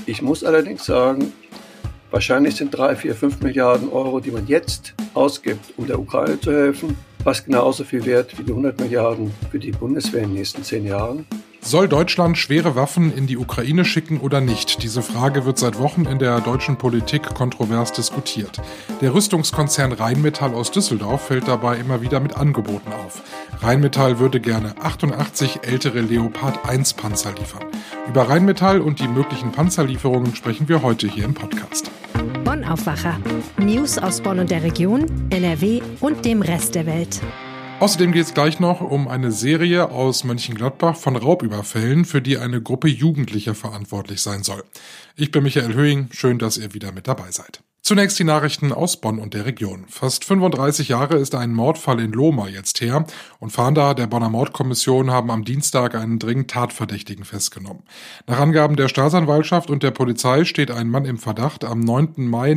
Ich muss allerdings sagen, wahrscheinlich sind 3, 4, 5 Milliarden Euro, die man jetzt ausgibt, um der Ukraine zu helfen, fast genauso viel wert wie die 100 Milliarden für die Bundeswehr in den nächsten 10 Jahren. Soll Deutschland schwere Waffen in die Ukraine schicken oder nicht? Diese Frage wird seit Wochen in der deutschen Politik kontrovers diskutiert. Der Rüstungskonzern Rheinmetall aus Düsseldorf fällt dabei immer wieder mit Angeboten auf. Rheinmetall würde gerne 88 ältere Leopard 1 Panzer liefern. Über Rheinmetall und die möglichen Panzerlieferungen sprechen wir heute hier im Podcast. Bonn Aufwacher. News aus Bonn und der Region, NRW und dem Rest der Welt. Außerdem geht es gleich noch um eine Serie aus Mönchengladbach von Raubüberfällen, für die eine Gruppe Jugendlicher verantwortlich sein soll. Ich bin Michael Höhing, schön, dass ihr wieder mit dabei seid. Zunächst die Nachrichten aus Bonn und der Region. Fast 35 Jahre ist ein Mordfall in Lohmar jetzt her und Fahnder der Bonner Mordkommission haben am Dienstag einen dringend Tatverdächtigen festgenommen. Nach Angaben der Staatsanwaltschaft und der Polizei steht ein Mann im Verdacht, am 9. Mai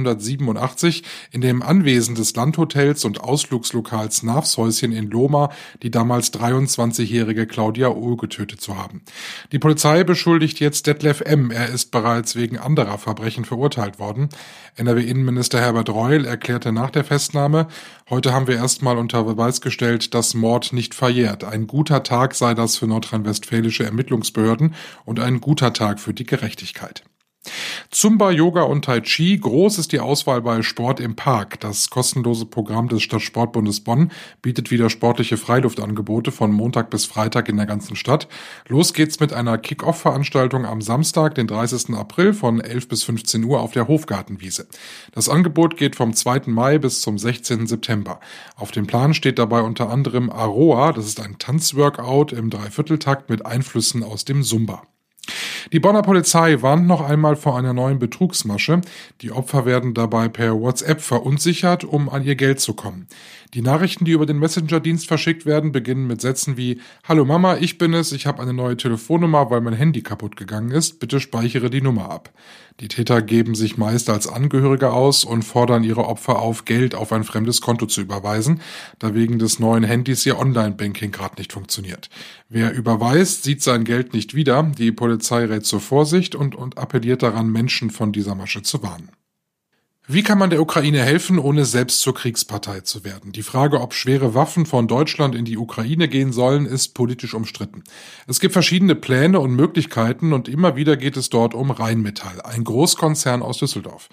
1987 in dem Anwesen des Landhotels und Ausflugslokals Nafshäuschen in Lohmar die damals 23-jährige Claudia O. getötet zu haben. Die Polizei beschuldigt jetzt Detlef M. Er ist bereits wegen anderer Verbrechen verurteilt worden. NRW-Innenminister Herbert Reul erklärte nach der Festnahme: Heute haben wir erstmal unter Beweis gestellt, dass Mord nicht verjährt. Ein guter Tag sei das für nordrhein-westfälische Ermittlungsbehörden und ein guter Tag für die Gerechtigkeit. Zumba, Yoga und Tai Chi. Groß ist die Auswahl bei Sport im Park. Das kostenlose Programm des Stadtsportbundes Bonn bietet wieder sportliche Freiluftangebote von Montag bis Freitag in der ganzen Stadt. Los geht's mit einer Kick-Off-Veranstaltung am Samstag, den 30. April von 11 bis 15 Uhr auf der Hofgartenwiese. Das Angebot geht vom 2. Mai bis zum 16. September. Auf dem Plan steht dabei unter anderem Aroa, das ist ein Tanzworkout im Dreivierteltakt mit Einflüssen aus dem Zumba. Die Bonner Polizei warnt noch einmal vor einer neuen Betrugsmasche. Die Opfer werden dabei per WhatsApp verunsichert, um an ihr Geld zu kommen. Die Nachrichten, die über den Messenger-Dienst verschickt werden, beginnen mit Sätzen wie: Hallo Mama, ich bin es, ich habe eine neue Telefonnummer, weil mein Handy kaputt gegangen ist, bitte speichere die Nummer ab. Die Täter geben sich meist als Angehörige aus und fordern ihre Opfer auf, Geld auf ein fremdes Konto zu überweisen, da wegen des neuen Handys ihr Online-Banking gerade nicht funktioniert. Wer überweist, sieht sein Geld nicht wieder. Die Polizei rät zur Vorsicht und appelliert daran, Menschen von dieser Masche zu warnen. Wie kann man der Ukraine helfen, ohne selbst zur Kriegspartei zu werden? Die Frage, ob schwere Waffen von Deutschland in die Ukraine gehen sollen, ist politisch umstritten. Es gibt verschiedene Pläne und Möglichkeiten und immer wieder geht es dort um Rheinmetall, ein Großkonzern aus Düsseldorf.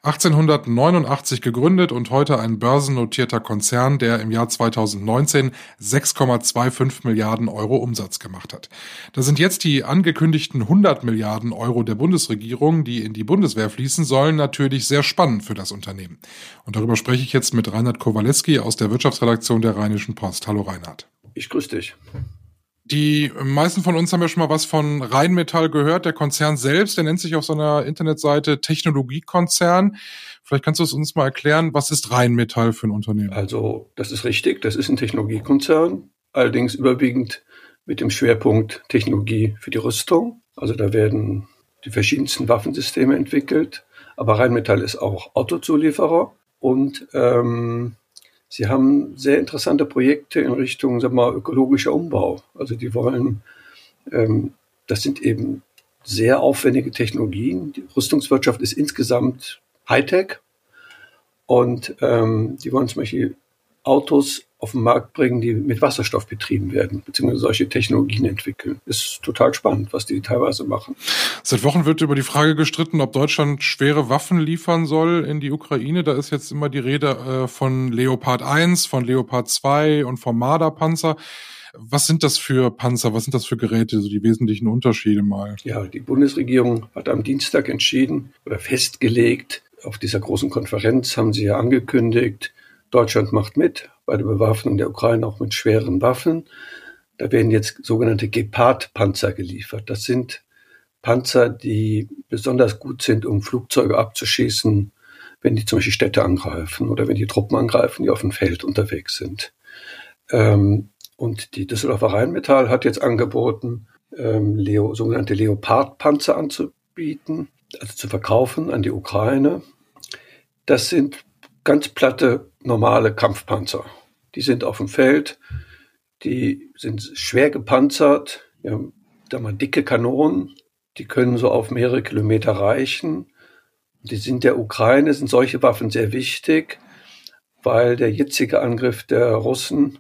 1889 gegründet und heute ein börsennotierter Konzern, der im Jahr 2019 6,25 Milliarden Euro Umsatz gemacht hat. Da sind jetzt die angekündigten 100 Milliarden Euro der Bundesregierung, die in die Bundeswehr fließen sollen, natürlich sehr spannend für das Unternehmen. Und darüber spreche ich jetzt mit Reinhard Kowalewski aus der Wirtschaftsredaktion der Rheinischen Post. Hallo Reinhard. Ich grüße dich. Die meisten von uns haben ja schon mal was von Rheinmetall gehört. Der Konzern selbst, der nennt sich auf seiner Internetseite Technologiekonzern. Vielleicht kannst du es uns mal erklären, was ist Rheinmetall für ein Unternehmen? Also, das ist richtig, das ist ein Technologiekonzern, allerdings überwiegend mit dem Schwerpunkt Technologie für die Rüstung. Also da werden die verschiedensten Waffensysteme entwickelt, aber Rheinmetall ist auch Autozulieferer und sie haben sehr interessante Projekte in Richtung, sagen wir mal, ökologischer Umbau. Also die wollen, das sind eben sehr aufwendige Technologien. Die Rüstungswirtschaft ist insgesamt Hightech und die wollen zum Beispiel Autos auf den Markt bringen, die mit Wasserstoff betrieben werden, beziehungsweise solche Technologien entwickeln. Ist total spannend, was die teilweise machen. Seit Wochen wird über die Frage gestritten, ob Deutschland schwere Waffen liefern soll in die Ukraine. Da ist jetzt immer die Rede von Leopard 1, von Leopard 2 und vom Marder-Panzer. Was sind das für Panzer? Was sind das für Geräte? So die wesentlichen Unterschiede mal. Ja, die Bundesregierung hat am Dienstag entschieden oder festgelegt, auf dieser großen Konferenz haben sie ja angekündigt, Deutschland macht mit bei der Bewaffnung der Ukraine auch mit schweren Waffen. Da werden jetzt sogenannte Gepard-Panzer geliefert. Das sind Panzer, die besonders gut sind, um Flugzeuge abzuschießen, wenn die zum Beispiel Städte angreifen oder wenn die Truppen angreifen, die auf dem Feld unterwegs sind. Und die Düsseldorfer Rheinmetall hat jetzt angeboten, sogenannte Leopard-Panzer anzubieten, also zu verkaufen an die Ukraine. Das sind ganz platte, normale Kampfpanzer. Die sind auf dem Feld, die sind schwer gepanzert, die haben da mal dicke Kanonen, Die können so auf mehrere Kilometer reichen. Die sind der Ukraine, sind solche Waffen sehr wichtig, weil der jetzige Angriff der Russen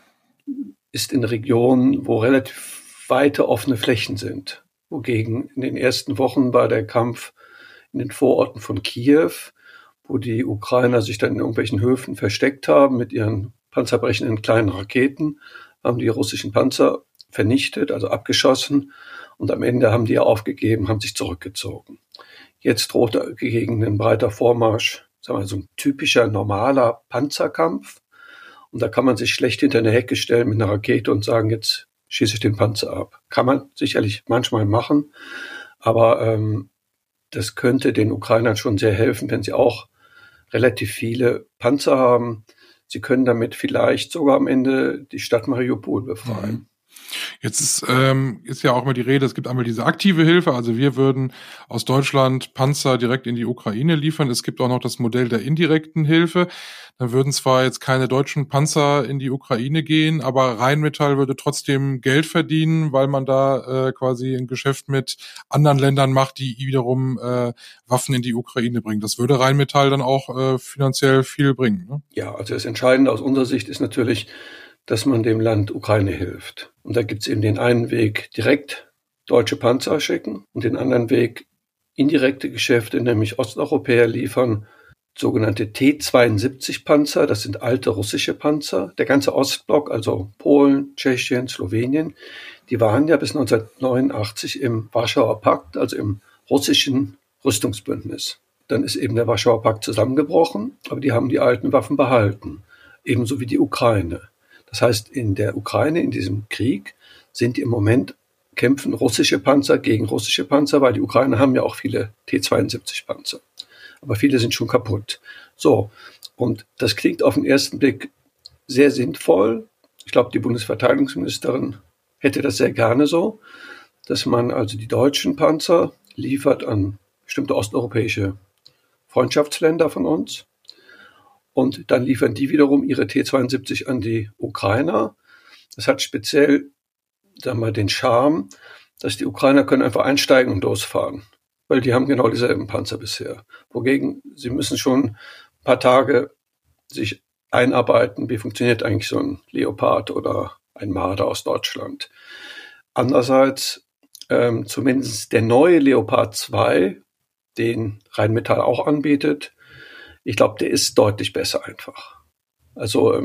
ist in Regionen, wo relativ weite offene Flächen sind. Wogegen in den ersten Wochen war der Kampf in den Vororten von Kiew, wo die Ukrainer sich dann in irgendwelchen Höfen versteckt haben mit ihren panzerbrechenden kleinen Raketen, haben die russischen Panzer vernichtet, also abgeschossen. Und am Ende haben die aufgegeben, haben sich zurückgezogen. Jetzt droht gegen ein breiter Vormarsch, sagen wir so ein typischer, normaler Panzerkampf. Und da kann man sich schlecht hinter eine Hecke stellen mit einer Rakete und sagen, jetzt schieße ich den Panzer ab. Kann man sicherlich manchmal machen, aber das könnte den Ukrainern schon sehr helfen, wenn sie auch relativ viele Panzer haben. Sie können damit vielleicht sogar am Ende die Stadt Mariupol befreien. Mhm. Jetzt ist ja auch mal die Rede, es gibt einmal diese aktive Hilfe, also wir würden aus Deutschland Panzer direkt in die Ukraine liefern. Es gibt auch noch das Modell der indirekten Hilfe. Dann würden zwar jetzt keine deutschen Panzer in die Ukraine gehen, aber Rheinmetall würde trotzdem Geld verdienen, weil man da quasi ein Geschäft mit anderen Ländern macht, die wiederum Waffen in die Ukraine bringen. Das würde Rheinmetall dann auch finanziell viel bringen, ne? Ja, also das Entscheidende aus unserer Sicht ist natürlich, dass man dem Land Ukraine hilft. Und da gibt es eben den einen Weg, direkt deutsche Panzer schicken und den anderen Weg, indirekte Geschäfte, nämlich Osteuropäer liefern, sogenannte T-72-Panzer, das sind alte russische Panzer. Der ganze Ostblock, also Polen, Tschechien, Slowenien, die waren ja bis 1989 im Warschauer Pakt, also im russischen Rüstungsbündnis. Dann ist eben der Warschauer Pakt zusammengebrochen, aber die haben die alten Waffen behalten, ebenso wie die Ukraine. Das heißt, in der Ukraine, in diesem Krieg, sind im Moment kämpfen russische Panzer gegen russische Panzer, weil die Ukrainer haben ja auch viele T-72-Panzer. Aber viele sind schon kaputt. So, und das klingt auf den ersten Blick sehr sinnvoll. Ich glaube, die Bundesverteidigungsministerin hätte das sehr gerne so, dass man also die deutschen Panzer liefert an bestimmte osteuropäische Freundschaftsländer von uns. Und dann liefern die wiederum ihre T-72 an die Ukrainer. Das hat speziell, sagen wir, den Charme, dass die Ukrainer können einfach einsteigen und losfahren, weil die haben genau dieselben Panzer bisher. Wogegen sie müssen schon ein paar Tage sich einarbeiten, wie funktioniert eigentlich so ein Leopard oder ein Marder aus Deutschland. Andererseits, zumindest der neue Leopard 2, den Rheinmetall auch anbietet, ich glaube, der ist deutlich besser einfach. Also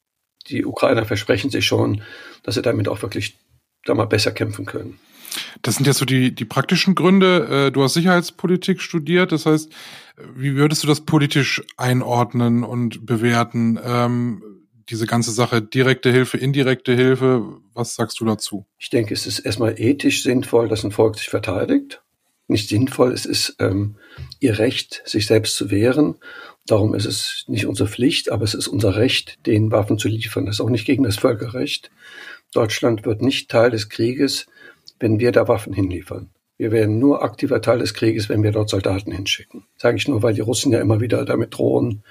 die Ukrainer versprechen sich schon, dass sie damit auch wirklich da mal besser kämpfen können. Das sind jetzt so die praktischen Gründe. Du hast Sicherheitspolitik studiert, das heißt, wie würdest du das politisch einordnen und bewerten? Diese ganze Sache, direkte Hilfe, indirekte Hilfe, was sagst du dazu? Ich denke, es ist erstmal ethisch sinnvoll, dass ein Volk sich verteidigt. Nicht sinnvoll, es ist ihr Recht, sich selbst zu wehren. Darum ist es nicht unsere Pflicht, aber es ist unser Recht, den Waffen zu liefern. Das ist auch nicht gegen das Völkerrecht. Deutschland wird nicht Teil des Krieges, wenn wir da Waffen hinliefern. Wir werden nur aktiver Teil des Krieges, wenn wir dort Soldaten hinschicken. Sage ich nur, weil die Russen ja immer wieder damit drohen,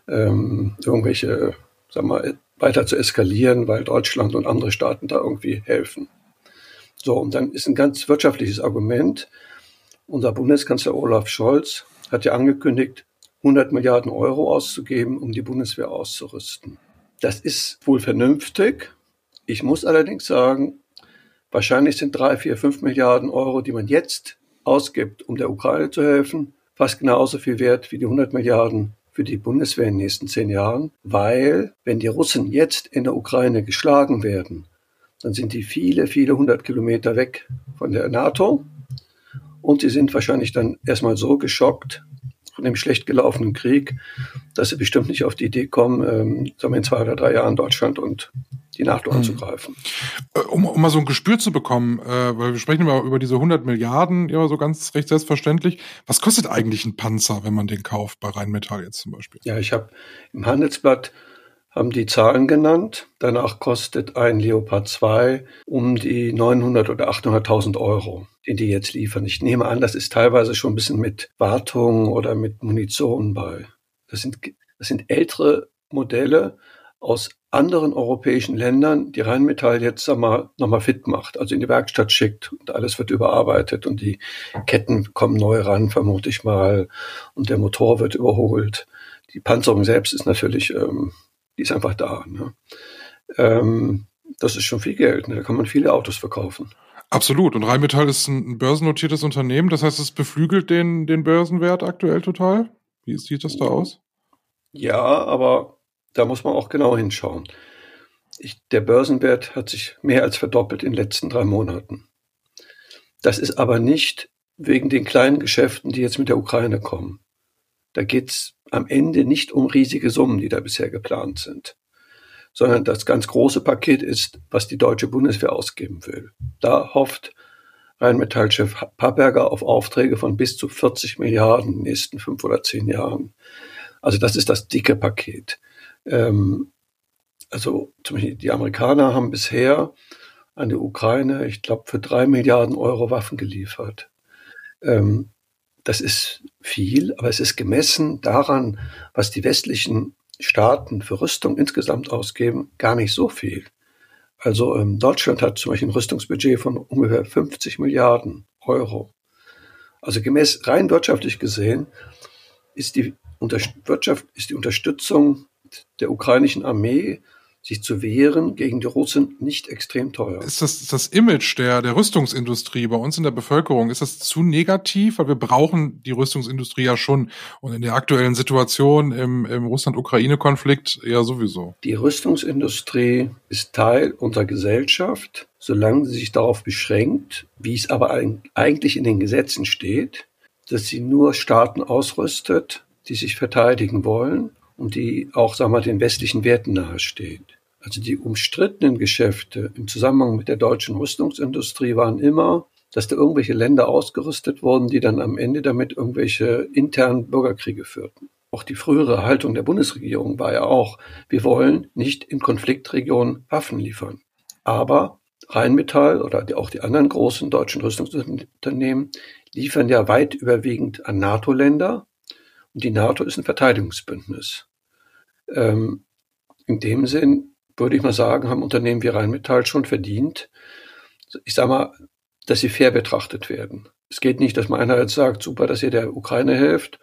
irgendwelche, sagen wir, weiter zu eskalieren, weil Deutschland und andere Staaten da irgendwie helfen. So, und dann ist ein ganz wirtschaftliches Argument. Unser Bundeskanzler Olaf Scholz hat ja angekündigt, 100 Milliarden Euro auszugeben, um die Bundeswehr auszurüsten. Das ist wohl vernünftig. Ich muss allerdings sagen, wahrscheinlich sind 3, 4, 5 Milliarden Euro, die man jetzt ausgibt, um der Ukraine zu helfen, fast genauso viel wert wie die 100 Milliarden für die Bundeswehr in den nächsten 10 Jahren. Weil, wenn die Russen jetzt in der Ukraine geschlagen werden, dann sind die viele, viele 100 Kilometer weg von der NATO. Und sie sind wahrscheinlich dann erstmal so geschockt von dem schlecht gelaufenen Krieg, dass sie bestimmt nicht auf die Idee kommen, sagen wir in 2 oder 3 Jahren Deutschland und die NATO anzugreifen. Um mal so ein Gespür zu bekommen, weil wir sprechen immer über diese 100 Milliarden, ja, so ganz recht selbstverständlich. Was kostet eigentlich ein Panzer, wenn man den kauft, bei Rheinmetall jetzt zum Beispiel? Ja, ich habe im Handelsblatt haben die Zahlen genannt. Danach kostet ein Leopard 2 um die 900 oder 800.000 Euro, den die jetzt liefern. Ich nehme an, das ist teilweise schon ein bisschen mit Wartung oder mit Munition bei. Das sind ältere Modelle aus anderen europäischen Ländern die Rheinmetall jetzt nochmal fit macht, also in die Werkstatt schickt und alles wird überarbeitet und die Ketten kommen neu ran, vermute ich mal, und der Motor wird überholt. Die Panzerung selbst ist natürlich, die ist einfach da. Ne? Das ist schon viel Geld, ne? Da kann man viele Autos verkaufen. Absolut. Und Rheinmetall ist ein börsennotiertes Unternehmen. Das heißt, es beflügelt den Börsenwert aktuell total. Wie sieht das da aus? Ja, aber da muss man auch genau hinschauen. Der Börsenwert hat sich mehr als verdoppelt in den letzten 3 Monaten. Das ist aber nicht wegen den kleinen Geschäften, die jetzt mit der Ukraine kommen. Da geht's am Ende nicht um riesige Summen, die da bisher geplant sind, sondern das ganz große Paket ist, was die deutsche Bundeswehr ausgeben will. Da hofft Rheinmetall-Chef Papperger auf Aufträge von bis zu 40 Milliarden in den nächsten 5 oder 10 Jahren. Also das ist das dicke Paket. Also zum Beispiel die Amerikaner haben bisher an die Ukraine, ich glaube, für 3 Milliarden Euro Waffen geliefert. Das ist viel, aber es ist gemessen daran, was die westlichen Staaten für Rüstung insgesamt ausgeben, gar nicht so viel. Also Deutschland hat zum Beispiel ein Rüstungsbudget von ungefähr 50 Milliarden Euro. Also rein wirtschaftlich gesehen ist die Unterstützung der ukrainischen Armee, sich zu wehren gegen die Russen, nicht extrem teuer. Ist das Image der Rüstungsindustrie bei uns in der Bevölkerung, ist das zu negativ? Weil wir brauchen die Rüstungsindustrie ja schon und in der aktuellen Situation im Russland-Ukraine-Konflikt ja sowieso. Die Rüstungsindustrie ist Teil unserer Gesellschaft, solange sie sich darauf beschränkt, wie es aber eigentlich in den Gesetzen steht, dass sie nur Staaten ausrüstet, die sich verteidigen wollen und die auch, sagen wir mal, den westlichen Werten nahesteht. Also die umstrittenen Geschäfte im Zusammenhang mit der deutschen Rüstungsindustrie waren immer, dass da irgendwelche Länder ausgerüstet wurden, die dann am Ende damit irgendwelche internen Bürgerkriege führten. Auch die frühere Haltung der Bundesregierung war ja auch, wir wollen nicht in Konfliktregionen Waffen liefern. Aber Rheinmetall oder auch die anderen großen deutschen Rüstungsunternehmen liefern ja weit überwiegend an NATO-Länder. Und die NATO ist ein Verteidigungsbündnis. In dem Sinn würde ich mal sagen, haben Unternehmen wie Rheinmetall schon verdient, ich sage mal, dass sie fair betrachtet werden. Es geht nicht, dass man einerseits sagt, super, dass ihr der Ukraine helft,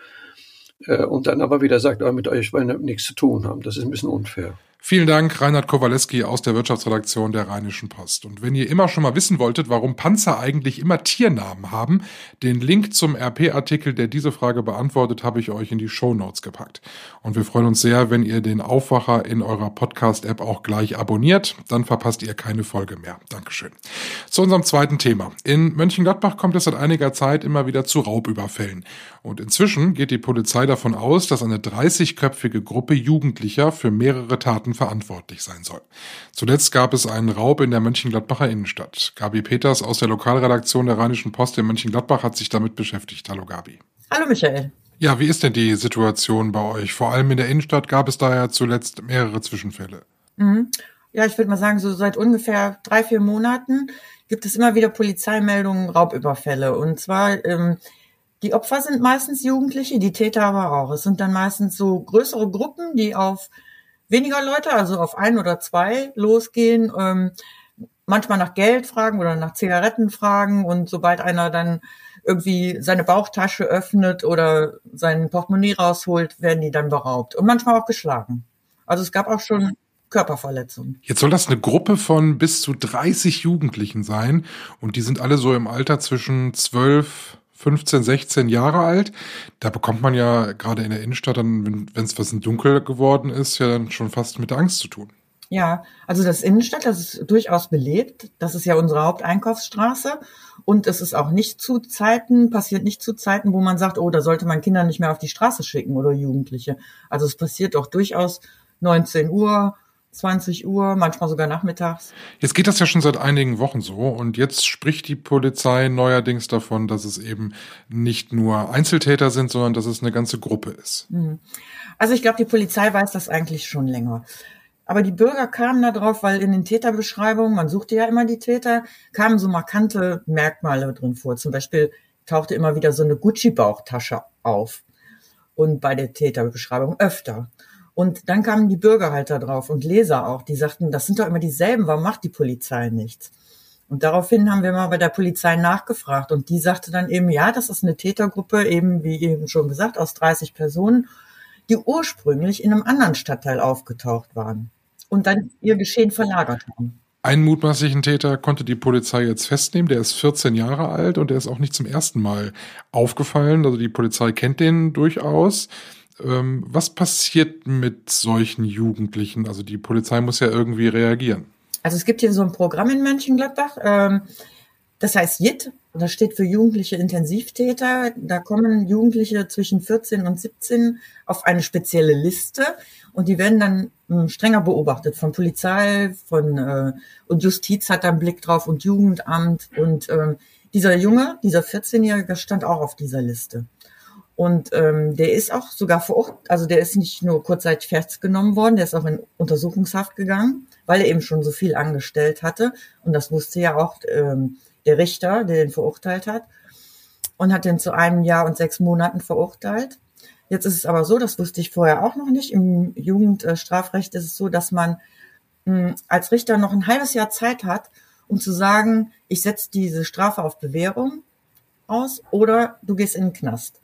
und dann aber wieder sagt, mit euch wollen wir nichts zu tun haben. Das ist ein bisschen unfair. Vielen Dank, Reinhard Kowaleski aus der Wirtschaftsredaktion der Rheinischen Post. Und wenn ihr immer schon mal wissen wolltet, warum Panzer eigentlich immer Tiernamen haben, den Link zum RP-Artikel, der diese Frage beantwortet, habe ich euch in die Shownotes gepackt. Und wir freuen uns sehr, wenn ihr den Aufwacher in eurer Podcast-App auch gleich abonniert. Dann verpasst ihr keine Folge mehr. Dankeschön. Zu unserem zweiten Thema. In Mönchengladbach kommt es seit einiger Zeit immer wieder zu Raubüberfällen. Und inzwischen geht die Polizei davon aus, dass eine 30-köpfige Gruppe Jugendlicher für mehrere Taten verantwortlich sein soll. Zuletzt gab es einen Raub in der Mönchengladbacher Innenstadt. Gabi Peters aus der Lokalredaktion der Rheinischen Post in Mönchengladbach hat sich damit beschäftigt. Hallo Gabi. Hallo Michael. Ja, wie ist denn die Situation bei euch? Vor allem in der Innenstadt gab es da ja zuletzt mehrere Zwischenfälle. Ja, ich würde mal sagen, so seit ungefähr 3-4 Monaten gibt es immer wieder Polizeimeldungen, Raubüberfälle. Und zwar die Opfer sind meistens Jugendliche, die Täter aber auch. Es sind dann meistens so größere Gruppen, die auf weniger Leute, also auf 1 oder 2 losgehen, manchmal nach Geld fragen oder nach Zigaretten fragen und sobald einer dann irgendwie seine Bauchtasche öffnet oder sein Portemonnaie rausholt, werden die dann beraubt und manchmal auch geschlagen. Also es gab auch schon Körperverletzungen. Jetzt soll das eine Gruppe von bis zu 30 Jugendlichen sein und die sind alle so im Alter zwischen 12, 15, 16 Jahre alt. Da bekommt man ja gerade in der Innenstadt dann, wenn es was in Dunkel geworden ist, ja dann schon fast mit Angst zu tun. Ja, also das Innenstadt, das ist durchaus belebt. Das ist ja unsere Haupteinkaufsstraße. Und es ist auch passiert nicht zu Zeiten, wo man sagt, oh, da sollte man Kinder nicht mehr auf die Straße schicken oder Jugendliche. Also es passiert auch durchaus 19 Uhr, 20 Uhr, manchmal sogar nachmittags. Jetzt geht das ja schon seit einigen Wochen so und jetzt spricht die Polizei neuerdings davon, dass es eben nicht nur Einzeltäter sind, sondern dass es eine ganze Gruppe ist. Also ich glaube, die Polizei weiß das eigentlich schon länger. Aber die Bürger kamen da drauf, weil in den Täterbeschreibungen, man suchte ja immer die Täter, kamen so markante Merkmale drin vor. Zum Beispiel tauchte immer wieder so eine Gucci-Bauchtasche auf und bei der Täterbeschreibung öfter. Und dann kamen die Bürger halt da drauf und Leser auch, die sagten, das sind doch immer dieselben, warum macht die Polizei nichts? Und daraufhin haben wir mal bei der Polizei nachgefragt und die sagte dann eben, ja, das ist eine Tätergruppe, eben wie eben schon gesagt, aus 30 Personen, die ursprünglich in einem anderen Stadtteil aufgetaucht waren und dann ihr Geschehen verlagert haben. Einen mutmaßlichen Täter konnte die Polizei jetzt festnehmen, der ist 14 Jahre alt und der ist auch nicht zum ersten Mal aufgefallen, also die Polizei kennt den durchaus. Was passiert mit solchen Jugendlichen? Also die Polizei muss ja irgendwie reagieren. Also es gibt hier so ein Programm in Mönchengladbach, das heißt JIT, das steht für Jugendliche Intensivtäter. Da kommen Jugendliche zwischen 14 und 17 auf eine spezielle Liste und die werden dann strenger beobachtet von Polizei, und Justiz hat da einen Blick drauf und Jugendamt und dieser 14-Jährige stand auch auf dieser Liste. Und der ist auch sogar verurteilt, also der ist nicht nur kurzzeitig festgenommen worden, der ist auch in Untersuchungshaft gegangen, weil er eben schon so viel angestellt hatte. Und das wusste ja auch der Richter, der den verurteilt hat, und hat den zu 1 Jahr und 6 Monaten verurteilt. Jetzt ist es aber so, das wusste ich vorher auch noch nicht, im Jugendstrafrecht ist es so, dass man als Richter noch ein halbes Jahr Zeit hat, um zu sagen, ich setze diese Strafe auf Bewährung aus oder du gehst in den Knast.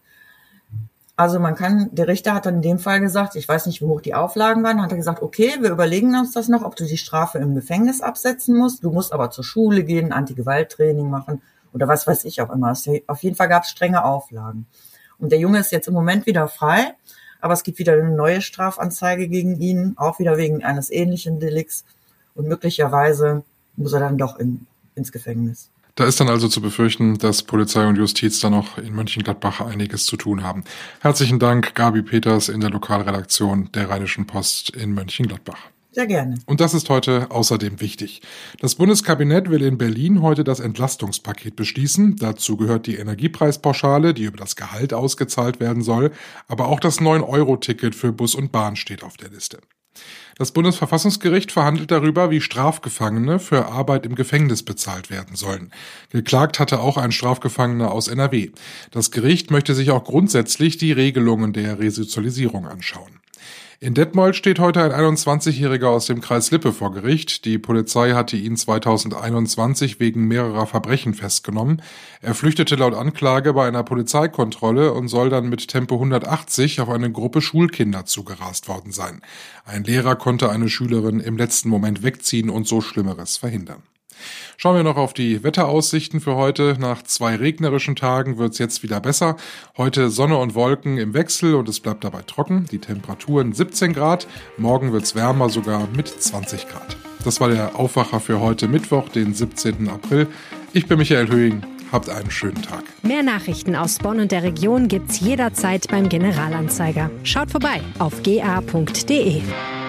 Also der Richter hat dann in dem Fall gesagt, ich weiß nicht, wie hoch die Auflagen waren, hat er gesagt, okay, wir überlegen uns das noch, ob du die Strafe im Gefängnis absetzen musst. Du musst aber zur Schule gehen, Anti-Gewalt-Training machen oder was weiß ich auch immer. Auf jeden Fall gab es strenge Auflagen. Und der Junge ist jetzt im Moment wieder frei, aber es gibt wieder eine neue Strafanzeige gegen ihn, auch wieder wegen eines ähnlichen Delikts. Und möglicherweise muss er dann doch ins Gefängnis. Da ist dann also zu befürchten, dass Polizei und Justiz da noch in Mönchengladbach einiges zu tun haben. Herzlichen Dank, Gabi Peters in der Lokalredaktion der Rheinischen Post in Mönchengladbach. Sehr gerne. Und das ist heute außerdem wichtig. Das Bundeskabinett will in Berlin heute das Entlastungspaket beschließen. Dazu gehört die Energiepreispauschale, die über das Gehalt ausgezahlt werden soll. Aber auch das 9-Euro-Ticket für Bus und Bahn steht auf der Liste. Das Bundesverfassungsgericht verhandelt darüber, wie Strafgefangene für Arbeit im Gefängnis bezahlt werden sollen. Geklagt hatte auch ein Strafgefangener aus NRW. Das Gericht möchte sich auch grundsätzlich die Regelungen der Resozialisierung anschauen. In Detmold steht heute ein 21-Jähriger aus dem Kreis Lippe vor Gericht. Die Polizei hatte ihn 2021 wegen mehrerer Verbrechen festgenommen. Er flüchtete laut Anklage bei einer Polizeikontrolle und soll dann mit Tempo 180 auf eine Gruppe Schulkinder zugerast worden sein. Ein Lehrer konnte eine Schülerin im letzten Moment wegziehen und so Schlimmeres verhindern. Schauen wir noch auf die Wetteraussichten für heute. Nach 2 regnerischen Tagen wird es jetzt wieder besser. Heute Sonne und Wolken im Wechsel und es bleibt dabei trocken. Die Temperaturen 17 Grad. Morgen wird es wärmer, sogar mit 20 Grad. Das war der Aufwacher für heute Mittwoch, den 17. April. Ich bin Michael Höhing. Habt einen schönen Tag. Mehr Nachrichten aus Bonn und der Region gibt's jederzeit beim Generalanzeiger. Schaut vorbei auf ga.de.